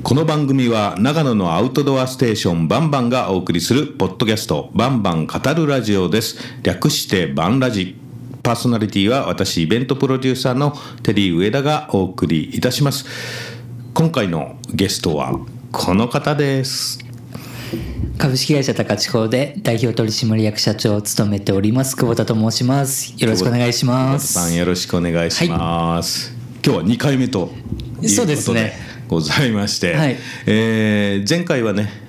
この番組は長野のアウトドアステーションバンバンがお送りするポッドキャストバンバン語るラジオです。略してバンラジ。パーソナリティは私イベントプロデューサーのテリー上田がお送りいたします。今回のゲストはこの方です。 株式会社高千穂で代表取締役社長を務めております久保田と申します。よろしくお願いします。 久保田さんよろしくお願いします、はい、今日は2回目ということでそうですねございまして、はい、前回はね、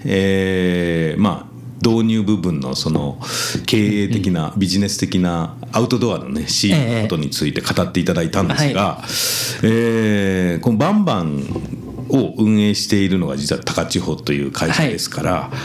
導入部分のその経営的な、ビジネス的なアウトドアのねシーンのことについて語っていただいたんですが、このバンバンを運営しているのが実は高千穂という会社ですから、はい、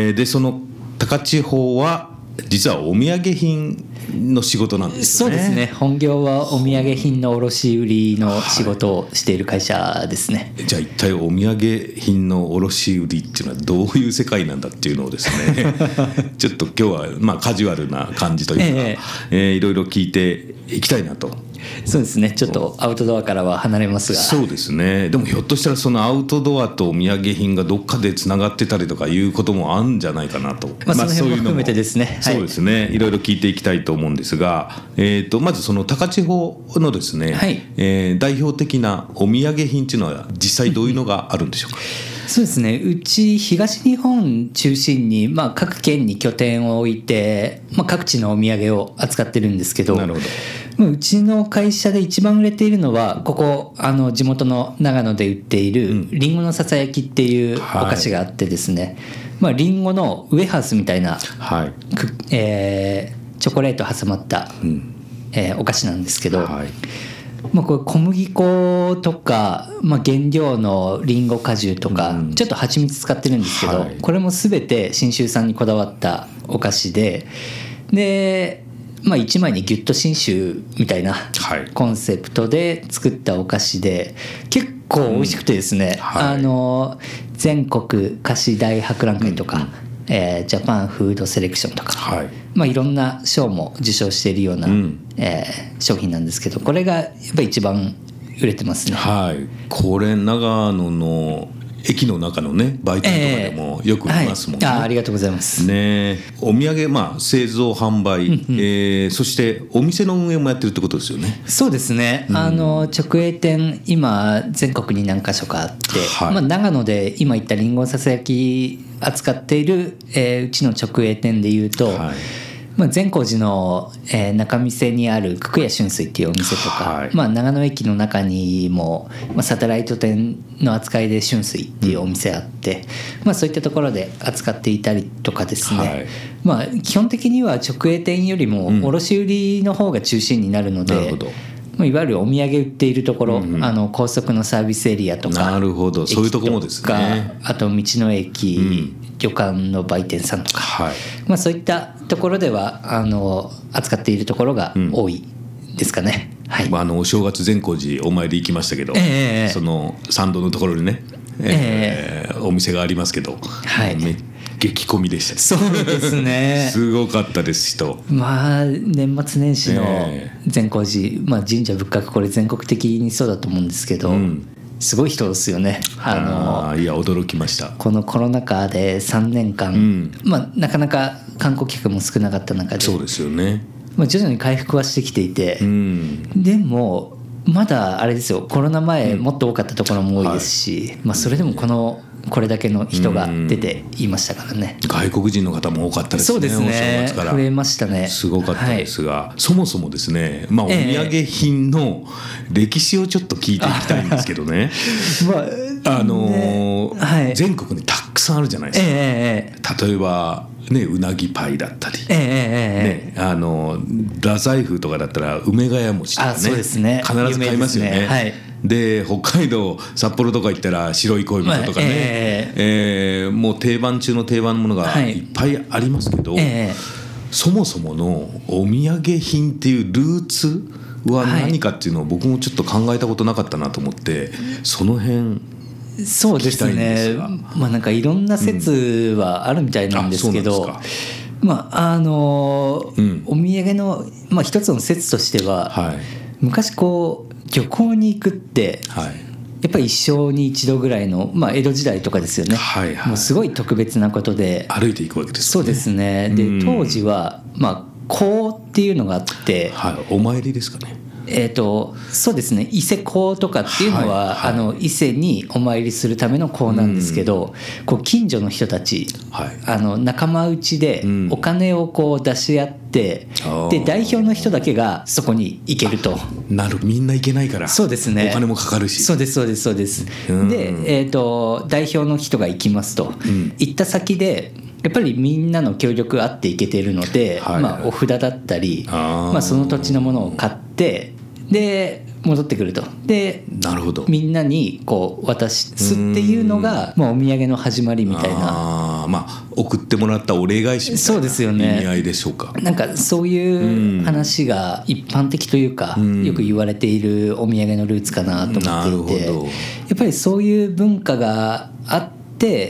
でその高千穂は実はお土産品の仕事なんですよね。 そうですね。本業はお土産品の卸売の仕事をしている会社ですね、 はい、じゃあ一体お土産品の卸売っていうのはどういう世界なんだっていうのをですねちょっと今日はカジュアルな感じというか、いろいろ聞いていきたいなと。 そうですね。ちょっとアウトドアからは離れますが、 そうですね。でもひょっとしたらそのアウトドアとお土産品がどっかでつながってたりとかいうこともあるんじゃないかなと、 その辺も含めてですね、 そうですね、いろいろ聞いていきたいと思うんですが、まずその高千穂のですね、はい、代表的なお土産品っていうのは実際どういうのがあるんでしょうか。 そうですね。うち東日本中心に、各県に拠点を置いて、各地のお土産を扱ってるんですけど、 なるほど。 うちの会社で一番売れているのはここ地元の長野で売っているりんごのささやきっていうお菓子があってですね、りんごのウエハースみたいな、はい、チョコレート挟まった、お菓子なんですけど、はい、これ小麦粉とか、原料のリンゴ果汁とか、ちょっと蜂蜜使ってるんですけど、はい、これも全て信州産にこだわったお菓子で、1枚にギュッと信州みたいなコンセプトで作ったお菓子で結構美味しくてですね、全国菓子大博覧会とか、ジャパンフードセレクションとか、いろんな賞も受賞しているような、商品なんですけど、これがやっぱり一番売れてますね。 はい、これ長野の駅の中のね売店とかでもよく見ますもんね。 ありがとうございますね。お土産製造販売、そしてお店の運営もやってるってことですよね。 そうですね、直営店今全国に何か所かあって、はい、長野で今言ったりんごささやき扱っている、うちの直営店でいうと、はい、善光寺の、中見世にある久久屋春水っていうお店とか、はい、長野駅の中にも、サテライト店の扱いで春水っていうお店あって、そういったところで扱っていたりとかですね、はい、基本的には直営店よりも卸売の方が中心になるので、なるほど。いわゆるお土産売っているところ、高速のサービスエリアとか、 なるほど、そういうところもですね。 あと道の駅、旅館の売店さんとか、はい、そういったところでは扱っているところが多いですかね。はい。 お正月善光寺お参り行きましたけど、その参道のところにね、お店がありますけど、はい、激混みでした。 そうですねすごかったです人。 年末年始の善光寺、神社仏閣これ全国的にそうだと思うんですけど、すごい人ですよね。 いや驚きました。 このコロナ禍で3年間、なかなか観光客も少なかった中で、 そうですよね、 徐々に回復はしてきていて、でもまだあれですよ、コロナ前もっと多かったところも多いですし、それでもこれだけの人が出ていましたからね。 外国人の方も多かったですね。 そうですね、増えましたね。 すごかったですが、そもそもですね、お土産品の歴史をちょっと聞いていきたいんですけどね全国にたくさんあるじゃないですか、例えばね、うなぎパイだったり、太宰府とかだったら梅ヶ谷餅とかね、 そうですね、 必ず買いますよね。はい、で北海道札幌とか行ったら白い恋人とかね、もう定番中の定番のものがいっぱいありますけど、そもそものお土産品っていうルーツは何かっていうのを僕もちょっと考えたことなかったなと思って、その辺そうですね、なんかいろんな説はあるみたいなんですけど、お土産の、一つの説としては、昔漁港に行くって、 やっぱり一生に一度ぐらいの、江戸時代とかですよね、もうすごい特別なことで歩いていくわけですね。 そうですね。で当時は講っていうのがあって、 お参りですかね。 そうですね、伊勢講とかっていうのは、伊勢にお参りするための講なんですけど、こう近所の人たち、仲間内でお金をこう出し合って、で代表の人だけがそこに行けると。 みんな行けないから。 そうですね、 お金もかかるし。 そうですそうですそうです。で、代表の人が行きますと、行った先でやっぱりみんなの協力あっていけているので、お札だったり、その土地のものを買ってで戻ってくると。でなるほど、 みんなにこう渡すっていうのが、お土産の始まりみたいな、 送ってもらったお礼返しみたいな意味合いでしょうか。 なんかそういう話が一般的というか、よく言われているお土産のルーツかなと思っていて、やっぱりそういう文化があって、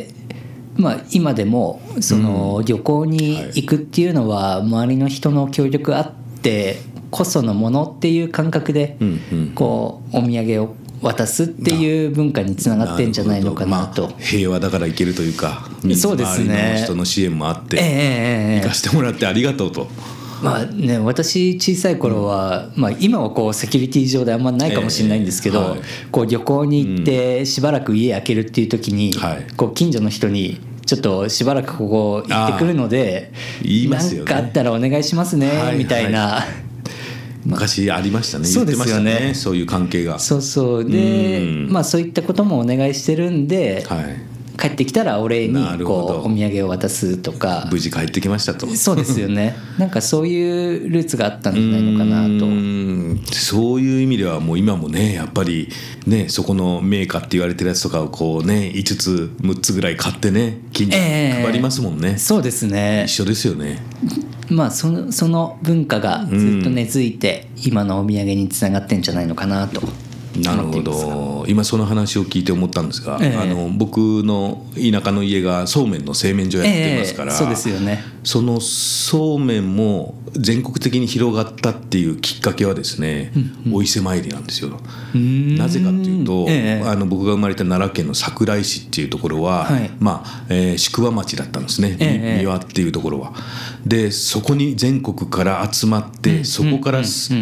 今でもその旅行に行くっていうのは周りの人の協力あってこそのものっていう感覚でこうお土産を渡すっていう文化につながってんじゃないのかなと。 平和だから行けるというか、 そうですね、 周りの人の支援もあって行かしてもらってありがとうと。 私小さい頃は、今はこうセキュリティ上であんまないかもしれないんですけど、こう旅行に行ってしばらく家開けるっていう時に、こう近所の人にちょっとしばらくここ行ってくるので何かあったらお願いしますねみたいな、 昔ありましたね。 そうですよね、 そういう関係が。 そうで、そういったこともお願いしてるんで、帰ってきたらお礼にこうお土産を渡すとか。 無事帰ってきましたと。 そうですよね。なんかそういうルーツがあったんじゃないのかなと。 そういう意味ではもう今もね、やっぱりね、そこの銘菓って言われてるやつとかをこうね、5つ6つぐらい買ってね、近所に配りますもんね。 そうですね、 一緒ですよね。 その文化がずっと根付いて、今のお土産につながってんじゃないのかなと。 なるほど。今その話を聞いて思ったんですが、僕の田舎の家がそうめんの製麺所やってますから、 そうですよね。 そのそうめんも全国的に広がったっていうきっかけはですね、お伊勢参りなんですよ。なぜかっていうと、僕が生まれた奈良県の桜井市っていうところは、宿場町だったんですね、三輪っていうところは。でそこに全国から集まって、そこから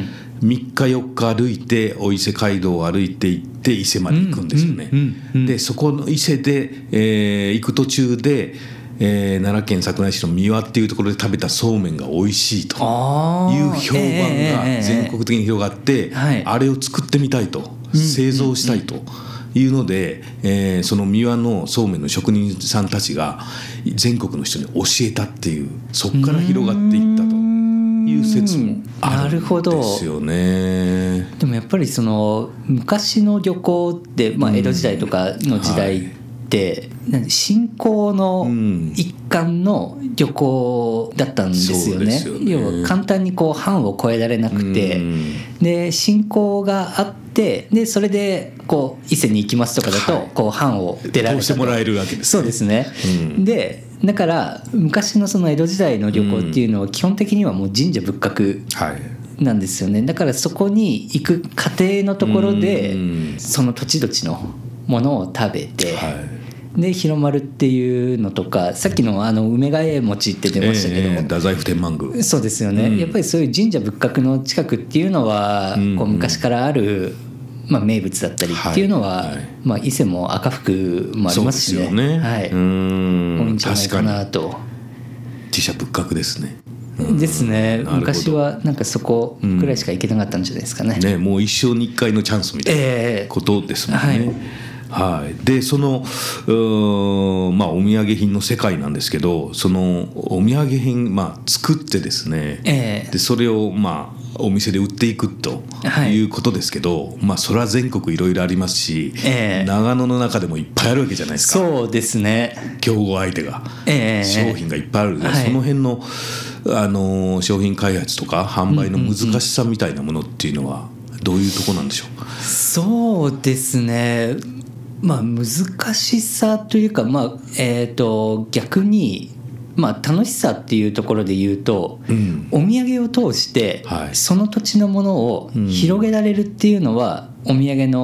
3日4日歩いてお伊勢街道を歩いて行って伊勢まで行くんですよね。でそこの伊勢で、行く途中で、奈良県桜井市の三輪っていうところで食べたそうめんが美味しいという評判が全国的に広がって、あれを作ってみたいと、製造したいというので、その三輪のそうめんの職人さんたちが全国の人に教えたっていう、そこから広がっていったという説もあるんですよね。 でもやっぱりその昔の旅行って、江戸時代とかの時代って信仰の一環の旅行だったんですよね。要は簡単にこう藩を越えられなくて、で信仰があってでそれでこう伊勢に行きますとかだとこう藩を出られたと通してもらえるわけですね。 そうですね。でだから昔のその江戸時代の旅行っていうのは基本的にはもう神社仏閣なんですよね。だからそこに行く過程のところでその土地土地のものを食べて、で広まるっていうのとか、さっきの梅ヶ枝餅って出ましたけど、 太宰府天満宮、 そうですよね、やっぱりそういう神社仏閣の近くっていうのはこう昔からある名物だったりっていうのは、伊勢も赤福もありますしね、多いんじゃないかなと。 自社仏閣ですね。 ですね。昔はなんかそこくらいしか行けなかったんじゃないですかね。 もう一生に一回のチャンスみたいなことですもんね。でそのお土産品の世界なんですけど、そのお土産品、作ってですね、でそれをお店で売っていくということですけど、それは全国いろいろありますし、長野の中でもいっぱいあるわけじゃないですか。 そうですね。 競合相手が、商品がいっぱいあるので、その辺の商品開発とか販売の難しさみたいなものっていうのはどういうところなんでしょうか。 そうですね、難しさというか、逆に楽しさっていうところで言うと、お土産を通してその土地のものを広げられるっていうのはお土産の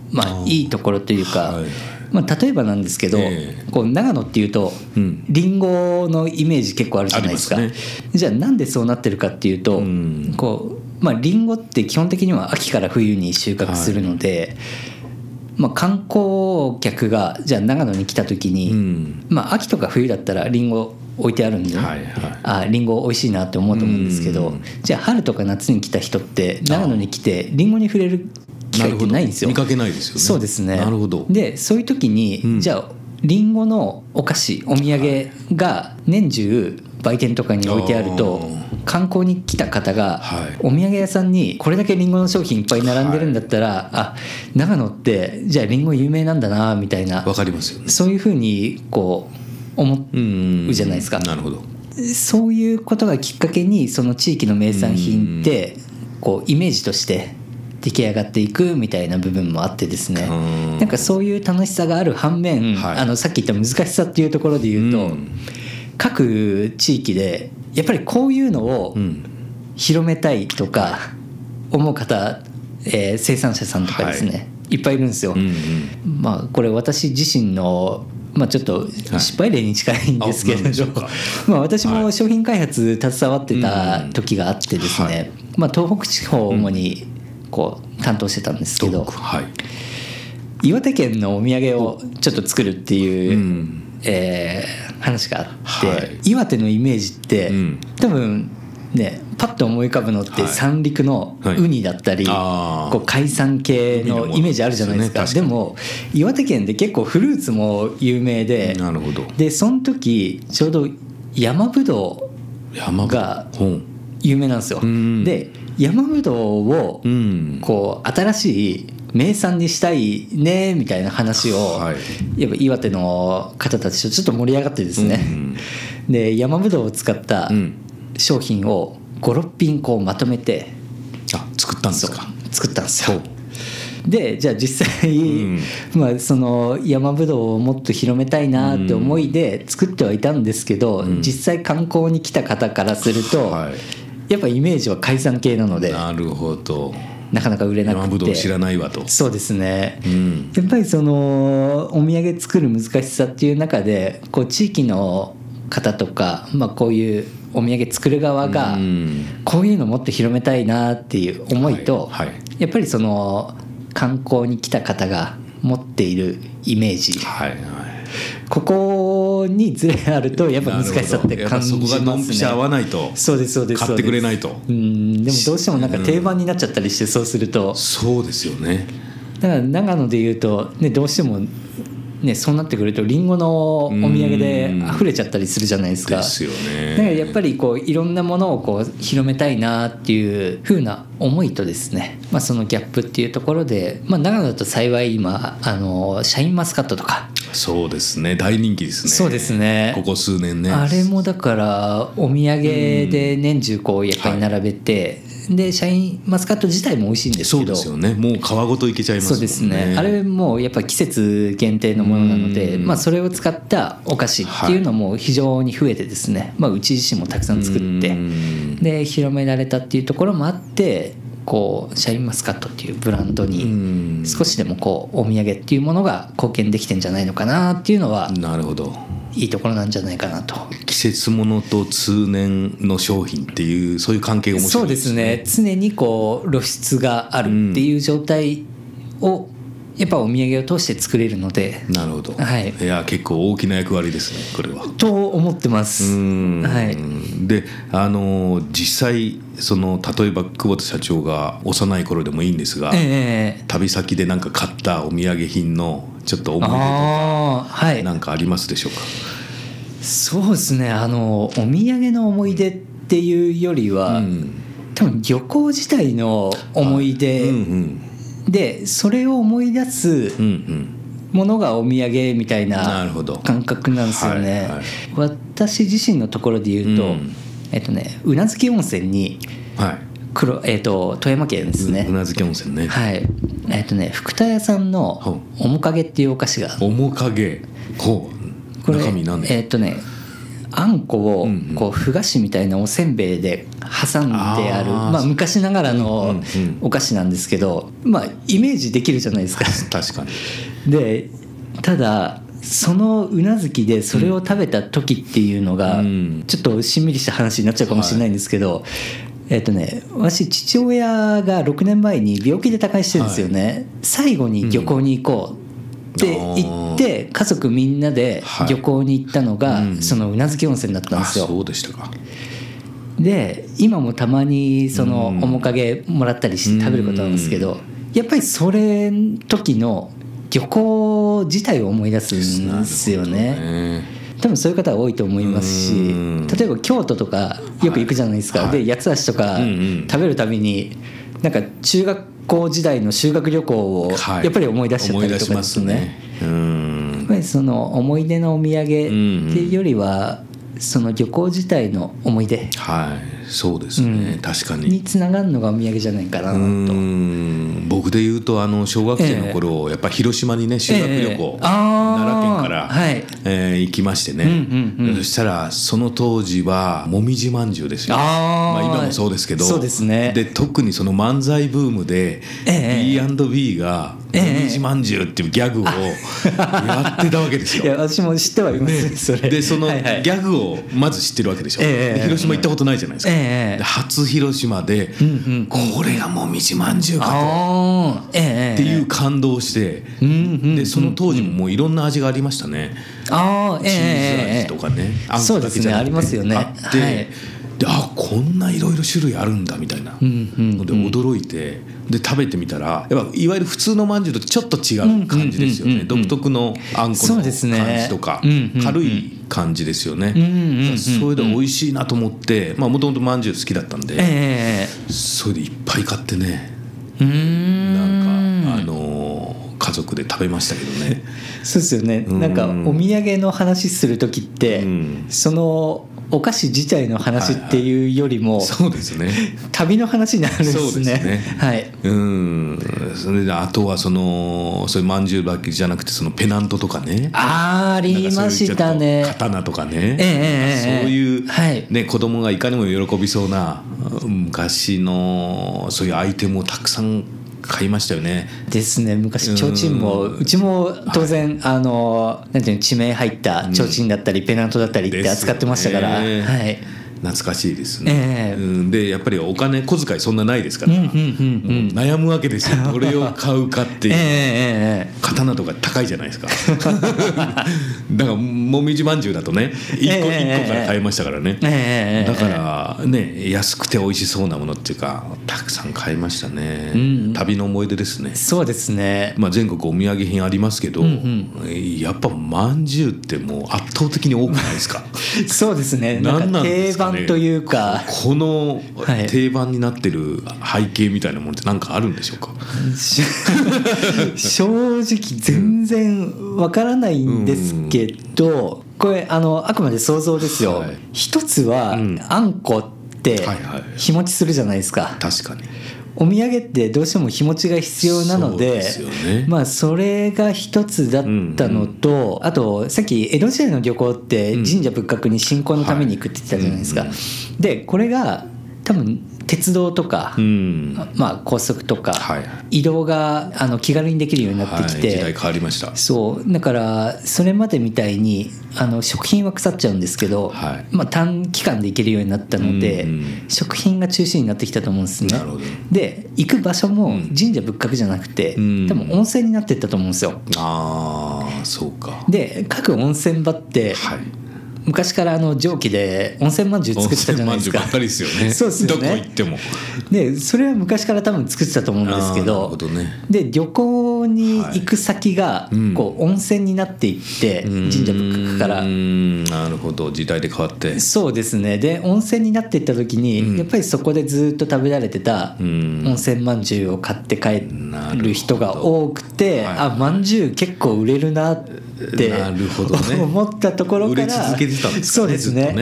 まあいいところというか、まあ、例えばなんですけど、こう長野っていうとリンゴのイメージ結構あるじゃないですか。じゃあなんでそうなってるかっていうと、こうまあリンゴって基本的には秋から冬に収穫するので、まあ、観光客がじゃあ長野に来た時に、まあ秋とか冬だったらリンゴ置いてあるんで、あリンゴ美味しいなって思うと思うんですけど、じゃあ春とか夏に来た人って長野に来てリンゴに触れる機会ってないんですよ。 見かけないですよね。 そうですね。 なるほど。 でそういう時に、じゃあリンゴのお菓子お土産が年中売店とかに置いてあると、観光に来た方がお土産屋さんにこれだけリンゴの商品いっぱい並んでるんだったら、あ長野ってじゃあリンゴ有名なんだなみたいな、 わかりますよね。 そういうふうにこう思うじゃないですか。 なるほど。 そういうことがきっかけにその地域の名産品ってこうイメージとして出来上がっていくみたいな部分もあってですね、なんかそういう楽しさがある反面、さっき言った難しさっていうところで言うと、各地域でやっぱりこういうのを広めたいとか思う方、生産者さんとかですね、いっぱいいるんですよ。まあこれ私自身のまあちょっと失敗例に近いんですけれど、まあ私も商品開発携わってた時があってですね、まあ東北地方を主にこう担当してたんですけど、岩手県のお土産をちょっと作るっていう話があって、岩手のイメージって多分ねパッと思い浮かぶのって三陸のウニだったり、こう海産系のイメージあるじゃないですか。でも岩手県で結構フルーツも有名で、でその時ちょうど山ぶどうが有名なんですよ。で山ぶどうをこう新しい名産にしたいねみたいな話をやっぱ岩手の方たちとちょっと盛り上がってですね、で山ぶどうを使った商品を5、6品こうまとめて作ったんですか。 作ったんですよ。でじゃあ実際、まあ、その山ぶどうをもっと広めたいなって思いで作ってはいたんですけど、実際観光に来た方からすると、やっぱイメージは海産系なので、 なるほど、 なかなか売れなくて、 山ぶどう知らないわと。 そうですね、やっぱりそのお土産作る難しさっていう中でこう地域の方とか、まあ、こういうお土産作る側がこういうのもっと広めたいなっていう思いと、やっぱりその観光に来た方が持っているイメージ、ここにズレあるとやっぱ難しさって感じますね。 そこがドンピシャ合わないと、 そうですそうです、 買ってくれないと。 でもどうしてもなんか定番になっちゃったりして、そうするとそうですよね。 だから長野でいうと、ね、どうしてもね、そうなってくるとリンゴのお土産で溢れちゃったりするじゃないですか。 ですよね。 だからやっぱりこういろんなものをこう広めたいなっていう風な思いとですね、まあ、そのギャップっていうところで、まあ、長野だと幸い今シャインマスカットとか、 そうですね、大人気ですね。 そうですね、 ここ数年ね。 あれもだからお土産で年中こうやっぱり並べて、でシャインマスカット自体も美味しいんですけど、 そうですよね、もう皮ごといけちゃいますもんね。 そうですね、あれもやっぱ季節限定のものなので、まあ、それを使ったお菓子っていうのも非常に増えてですね、まあ、うち自身もたくさん作ってで広められたっていうところもあって、こうシャインマスカットっていうブランドに少しでもこうお土産っていうものが貢献できてんじゃないのかなっていうのは、 なるほど、 いいところなんじゃないかなと。 季節ものと通年の商品っていう、そういう関係が面白いですね。 そうですね、常にこう露出があるっていう状態をやっぱお土産を通して作れるので。なるほど、はい、 いや結構大きな役割ですね、これは。 と思ってます。はい、 で実際その例えば久保田社長が幼い頃でもいいんですが、旅先で何か買ったお土産品のちょっと思い出とか何かありますでしょうか。 そうですね、お土産の思い出っていうよりは、多分旅行自体の思い出で、それを思い出すものがお土産みたいな感覚なんですよね。私自身のところで言うと、宇奈月温泉に、富山県ですね、 宇奈月温泉ね、 はい、福田屋さんの面影っていうお菓子が、 面影、これ中身何であんこをこうふ菓子みたいなおせんべいで挟んである、まあ、昔ながらのお菓子なんですけど、まあイメージできるじゃないですか。 確かに。 でただそのうなずきでそれを食べた時っていうのがちょっとしんみりした話になっちゃうかもしれないんですけど、私父親が6年前に病気で他界してるんですよね。最後に漁港に行こうって言って家族みんなで漁港に行ったのがその宇奈月温泉だったんですよ。 そうでしたか。 で今もたまにその面影もらったりして食べることなんですけど、やっぱりそれ時の漁港自体を思い出すんですよね。多分そういう方は多いと思いますし、例えば京都とかよく行くじゃないですか。で八つ橋とか食べるたびになんか中学校時代の修学旅行をやっぱり思い出しちゃったりとかですね。やっぱりその思い出のお土産っていうよりはその漁港自体の思い出、 そうですね、確かにつながるのがお土産じゃないかなと。 僕で言うと小学生の頃、やっぱ広島にね修学旅行、奈良県から、行きましてね、そしたらその当時はもみじまんじゅうですよ。今もそうですけど、 そうですね。 で特にその漫才ブームで、B&B がもみじまんじゅうっていうギャグをやってたわけですよ。 いや私も知ってはいます、それでそのギャグをまず知ってるわけでしょ。で広島行ったことないじゃないですか。で初広島で、これがもみじまんじゅうかと、っていう感動して、でその当時ももういろんな味がありましたね。チーズ味とかね、あんこだけじゃなくてあって、でこんないろいろ種類あるんだみたいなので驚いて、で食べてみたらやっぱいわゆる普通のまんじゅうとちょっと違う感じですよね。独特のあんこの感じとか、軽い感じですよね。それで美味しいなと思って、もともとまんじゅう好きだったんで、それでいっぱい買ってね、なんか家族で食べましたけどね。 そうですよね。なんかお土産の話する時って、そのお菓子自体の話っていうよりも、 そうですね、 旅の話になるんですね。 そうですね、それであとはそういうまんじゅうだけじゃなくてそのペナントとかね、 ありましたね。 刀とかね、そういうね、子供がいかにも喜びそうな昔のそういうアイテムをたくさん買いましたよね。ですね。 昔提灯もうちも当然なんていうの地名入った提灯だったりペナントだったりって扱ってましたから、 懐かしいですね。でやっぱりお金小遣いそんなないですから、もう悩むわけですよ。どれを買うかっていう。刀とか高いじゃないですか。だからもみじまんじゅうだとね1個から買いましたからね。だからね安くて美味しそうなものっていうかたくさん買いましたね。旅の思い出ですね。 そうですね。 全国お土産品ありますけど、やっぱまんじゅうってもう圧倒的に多くないですか。 そうですね。なんか定番というか、 この定番になってる背景みたいなものって何かあるんでしょうか。 正直全然わからないんですけど、これあくまで想像ですよ。一つはあんこって日持ちするじゃないですか。 確かにお土産ってどうしても日持ちが必要なので、それが一つだったのと、あとさっき江戸時代の漁港って神社仏閣に信仰のために行くって言ってたじゃないですか。でこれが多分鉄道とか、高速とか、移動が気軽にできるようになってきて、 時代変わりました。 そうだからそれまでみたいに食品は腐っちゃうんですけど、短期間で行けるようになったので、食品が中心になってきたと思うんですね。で行く場所も神社仏閣じゃなくて、多分温泉になっていったと思うんですよ。 そうか。 で各温泉場って、昔から蒸気で温泉まんじゅう作ってたじゃないですか。 温泉まんじゅうばっかりですよね。 そうですよね。 どこ行っても。 でそれは昔から多分作ってたと思うんですけど、で旅行に行く先がこう温泉になっていって、神社仏閣から。 なるほど、時代で変わって。 そうですね。で温泉になっていった時に、やっぱりそこでずっと食べられてた温泉まんじゅうを買って帰る人が多くて、まんじゅう結構売れるなって思ったところから、 売れ続けてたんですかね。 そうですね。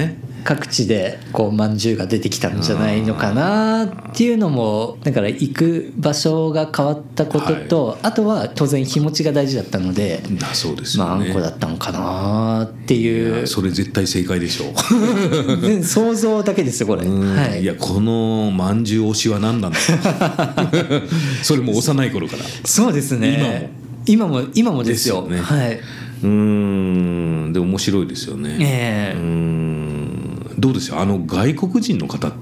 各地でこうまんじゅうが出てきたんじゃないのかなっていうのも、だから行く場所が変わったことと、はい、あとは当然日持ちが大事だったので、 そうですよね、 まあ、あんこだったのかなっていう。 いやそれ絶対正解でしょう想像だけですよこれ、はい、 いやこのまんじゅう推しは何なんだそれも幼い頃から。 そうですね、今もですよね、 はい、 で面白いですよね、どうですよ外国人の方って、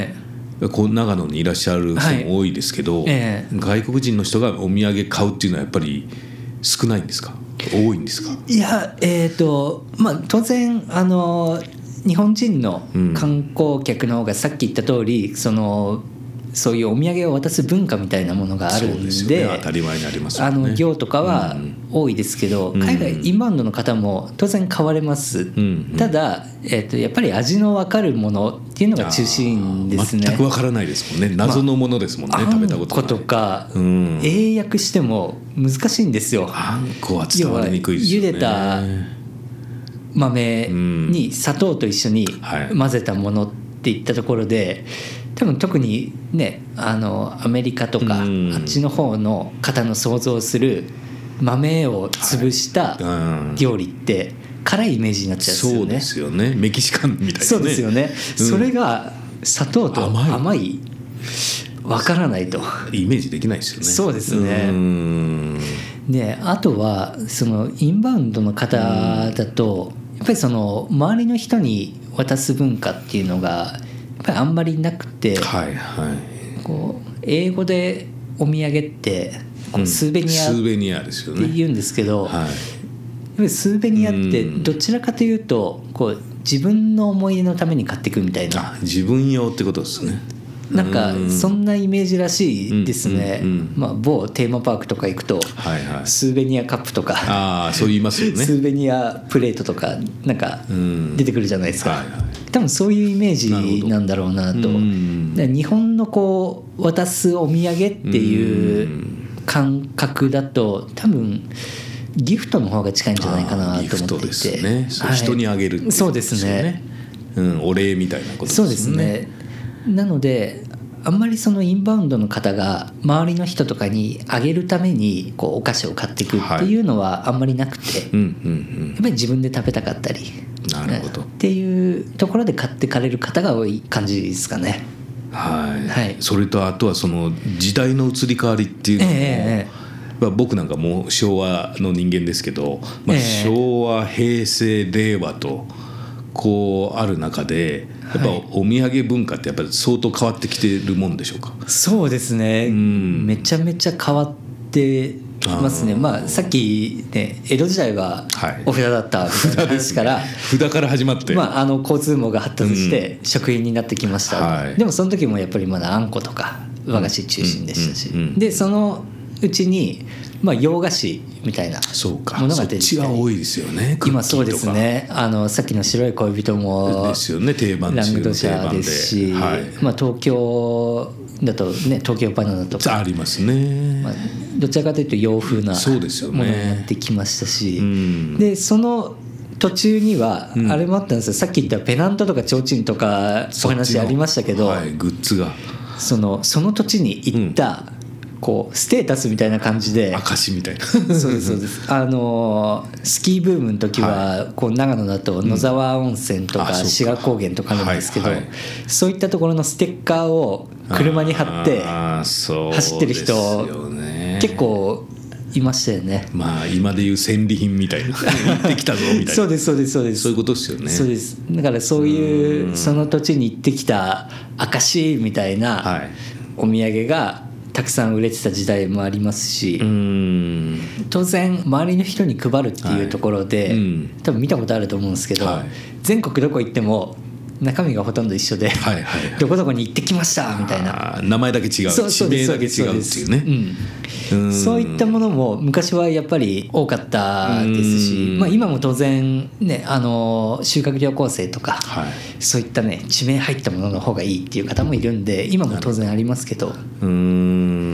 こう長野にいらっしゃる人も多いですけど、外国人の人がお土産買うっていうのはやっぱり少ないんですか、多いんですか。 いやまあ当然日本人の観光客の方がさっき言った通り、そういうお土産を渡す文化みたいなものがあるん で、 当たり前になりますよね。 行とかは多いですけど、海外インバウンドの方も当然買われます、ただ、やっぱり味の分かるものっていうのが中心ですね。 全く分からないですもんね、謎のものですもんね、食べたことない。 あんことか、英訳しても難しいんですよ。 あんこは伝わりにくいですよね。 茹でた豆に砂糖と一緒に混ぜたものっていったところで、多分特にねアメリカとかあっちの方の方の想像する豆を潰した料理って辛いイメージになっちゃうんですよね。 そうですよね、メキシカンみたいなね。 そうですよね、それが砂糖と甘い分からないとイメージできないですよね。 そうですね。であとはインバウンドの方だとやっぱり周りの人に渡す文化っていうのがやっぱりあんまりなくて、 はいはい、 こう英語でお土産ってスーベニアって言うんですけど、やっぱりスーベニアってどちらかというとこう自分の思い出のために買っていくみたいな、 自分用ってことですね。 なんかそんなイメージらしいですね。まあ某テーマパークとか行くとスーベニアカップとか、 そう言いますよね。 スーベニアプレートとかなんか出てくるじゃないですか。多分そういうイメージなんだろうなと。日本のこう渡すお土産っていう感覚だと多分ギフトの方が近いんじゃないかなと思っていて。ギフトですね。 人にあげるっていうことですよね。そうですね。お礼みたいなことですね。そうですね。 なのであんまりインバウンドの方が周りの人とかにあげるためにこうお菓子を買っていくっていうのはあんまりなくて、やっぱり自分で食べたかったりっていうところで買ってかれる方が多い感じですかね。 はい、それとあとは時代の移り変わりっていうのも、僕なんかもう昭和の人間ですけど、昭和平成令和とこうある中でやっぱお土産文化ってやっぱり相当変わってきてるもんでしょうか。 そうですね、めちゃめちゃ変わってますね。さっきね江戸時代はお札だったみたいな話から、 札から始まって、 交通網が発達して食品になってきました、でもその時もやっぱりまだあんことか和菓子中心でしたし、でそのうちに洋菓子みたいなものが出てきて、 そっちが多いですよね。 今そうですね。さっきの白い恋人もですよね、定番ラングドシャですし、東京だとね東京バナナとかありますね。 どちらかというと洋風なものになってきましたし、でその途中にはあれもあったんですよ、さっき言ったペナントとか提灯とかお話ありましたけど、 グッズがその土地に行ったこうステータスみたいな感じで、 証みたいなそうですそうです。スキーブームの時はこう長野だと野沢温泉とか志賀高原とかあるんですけど、そういったところのステッカーを車に貼って走ってる人結構いましたよね。 今でいう戦利品みたいな行ってきたぞみたいなそうですそうですそうです、 そういうことですよね。 そうです。だからそういうその土地に行ってきた証みたいなお土産がたくさん売れてた時代もありますし、当然周りの人に配るっていうところで、多分見たことあると思うんですけど、全国どこ行っても中身がほとんど一緒で、どこどこに行ってきましたみたいな、 名前だけ違う、地名だけ違うっていうね、 そういったものも昔はやっぱり多かったですし、今も当然ね修学旅行生とか、そういったね地名入ったものの方がいいっていう方もいるんで今も当然ありますけど、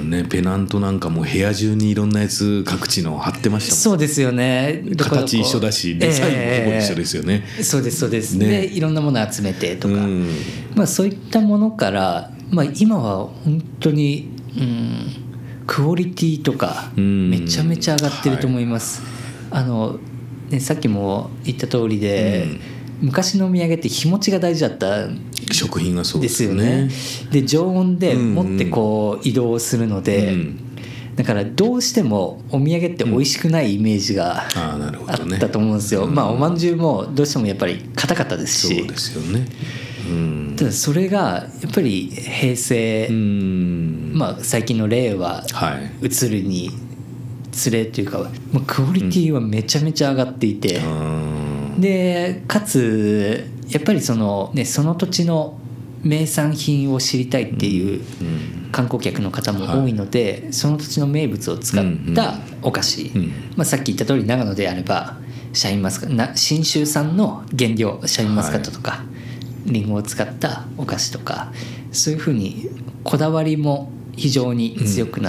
ね、ペナントなんかも部屋中にいろんなやつ各地の貼ってましたもん。 そうですよね。 形一緒だしデザインもほぼ一緒ですよね。 そうですそうです、ね、でいろんなもの集めてとか、まあ、そういったものから、まあ、今は本当に、クオリティとかめちゃめちゃ上がってると思います、ね、さっきも言った通りで、昔のお土産って日持ちが大事だった食品がそうですよね。 で常温で持ってこう移動するので、だからどうしてもお土産って美味しくないイメージがあったと思うんですよ。まあおまんじゅうもどうしてもやっぱり硬かったですし。 そうですよね。 ただそれがやっぱり平成、まあ最近の令和移るにつれというか、クオリティはめちゃめちゃ上がっていて、でかつやっぱりその土地の名産品を知りたいっていう観光客の方も多いので、その土地の名物を使ったお菓子、まあ、さっき言った通り長野であればシャインマスカット、信州産の原料シャインマスカットとか、リンゴを使ったお菓子とか、そういうふうにこだわりも非常に強くなって、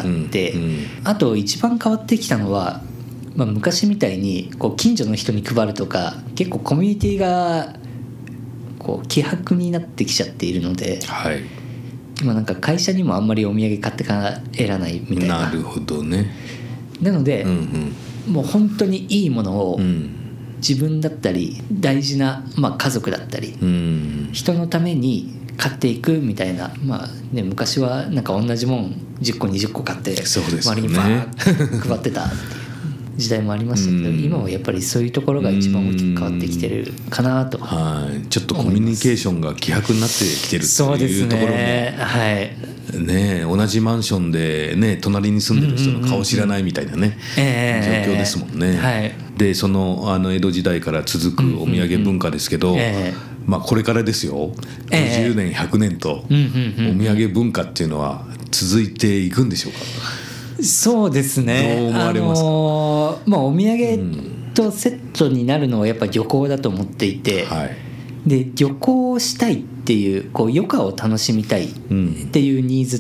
あと一番変わってきたのは、まあ、昔みたいにこう近所の人に配るとか結構コミュニティがこう希薄になってきちゃっているので、今なんか会社にもあんまりお土産買って帰らないみたいな。 なるほどね。 なので、もう本当にいいものを自分だったり大事な、まあ、家族だったり、人のために買っていくみたいな、まあね、昔はなんか同じもん10個20個買って周りにバーッ配ってたっていう時代もありましたけど、今はやっぱりそういうところが一番大きく変わってきてるかなと。 ちょっとコミュニケーションが希薄になってきてるっていうところもね、同じマンションでね隣に住んでる人の顔知らないみたいなね、状況ですもんね。でその江戸時代から続くお土産文化ですけど、まあこれからですよ、50年100年とお土産文化っていうのは続いていくんでしょうか。 そうですね。 どう思われますか。 まあ、お土産とセットになるのはやっぱ旅行だと思っていて、で旅行をしたいっていう、こう余暇を楽しみたいっていうニーズって、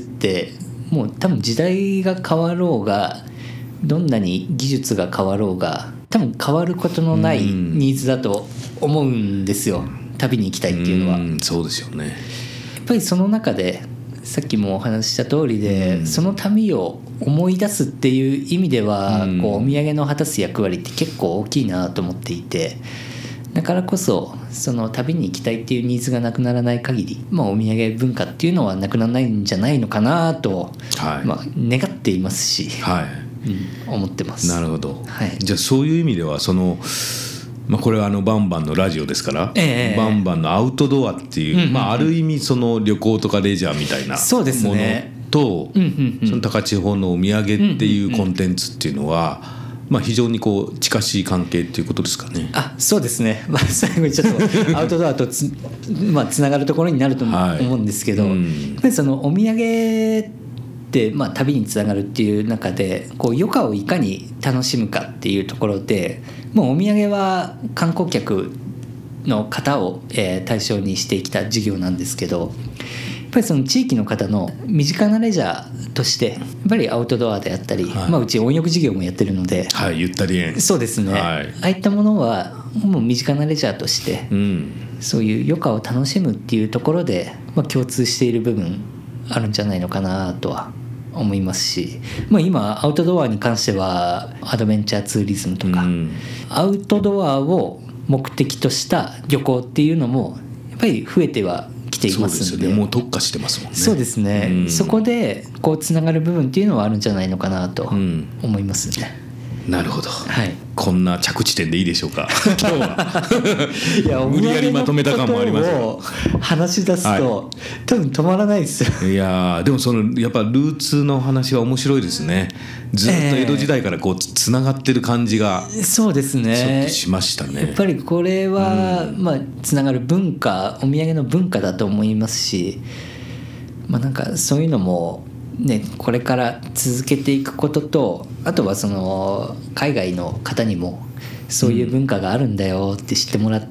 もう多分時代が変わろうがどんなに技術が変わろうが多分変わることのないニーズだと思うんですよ、旅に行きたいっていうのは。 そうですよね。やっぱりその中でさっきもお話しした通りで、その旅を思い出すっていう意味では、こうお土産の果たす役割って結構大きいなと思っていて、だからこそその旅に行きたいっていうニーズがなくならない限り、まあ、お土産文化っていうのはなくならないんじゃないのかなと、まあ、願っていますし、思ってます。 なるほど、じゃあそういう意味ではそのまあ、これはバンバンのラジオですから、バンバンのアウトドアっていう、まあ、ある意味その旅行とかレジャーみたいなものと、その高千穂のお土産っていうコンテンツっていうのは、まあ、非常にこう近しい関係っていうことですかね。 そうですね、まあ、最後にちょっとアウトドアとまあ、つながるところになると思うんですけど、やっぱりそのお土産ってまあ旅につながるっていう中で、こう余暇をいかに楽しむかっていうところで、もうお土産は観光客の方を対象にしてきた事業なんですけど、やっぱりその地域の方の身近なレジャーとしてやっぱりアウトドアであったり、まあ、うち温浴事業もやってるので、 ゆったり園、 そうですね、ああいったものはもう身近なレジャーとして、そういう余暇を楽しむっていうところで、まあ、共通している部分あるんじゃないのかなとは思いますし、まあ、今アウトドアに関してはアドベンチャーツーリズムとか、アウトドアを目的とした旅行っていうのもやっぱり増えてはきていますので、 そうですよね、もう特化してますもんね。 そうですね、そこでこうつながる部分っていうのはあるんじゃないのかなと思いますね。 なるほど、こんな着地点でいいでしょうか今日はいや無理やりまとめた感もありますよ。話し出すと、多分止まらないですよ。 いやでもそのやっぱルーツの話は面白いですね。ずっと江戸時代からこうつながってる感じがそうですね、 ちょっとしましたね。 やっぱりこれは、まあ、つながる文化、お土産の文化だと思いますし、まあ、なんかそういうのもね、これから続けていくことと、あとはその海外の方にもそういう文化があるんだよって知ってもらって、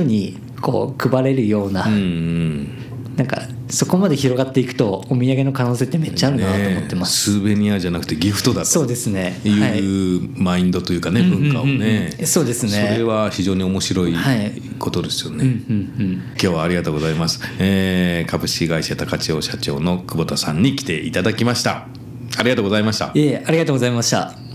そうですよね。 で周りの人にこう配れるような、なんかそこまで広がっていくとお土産の可能性ってめっちゃあるなと思ってます、 スーベニアじゃなくてギフトだとそうですね、 いうマインドというかね、文化をね、 そうですね、 それは非常に面白いことですよね、今日はありがとうございます、株式会社高千穂社長の久保田さんに来ていただきました。ありがとうございました。 ありがとうございました。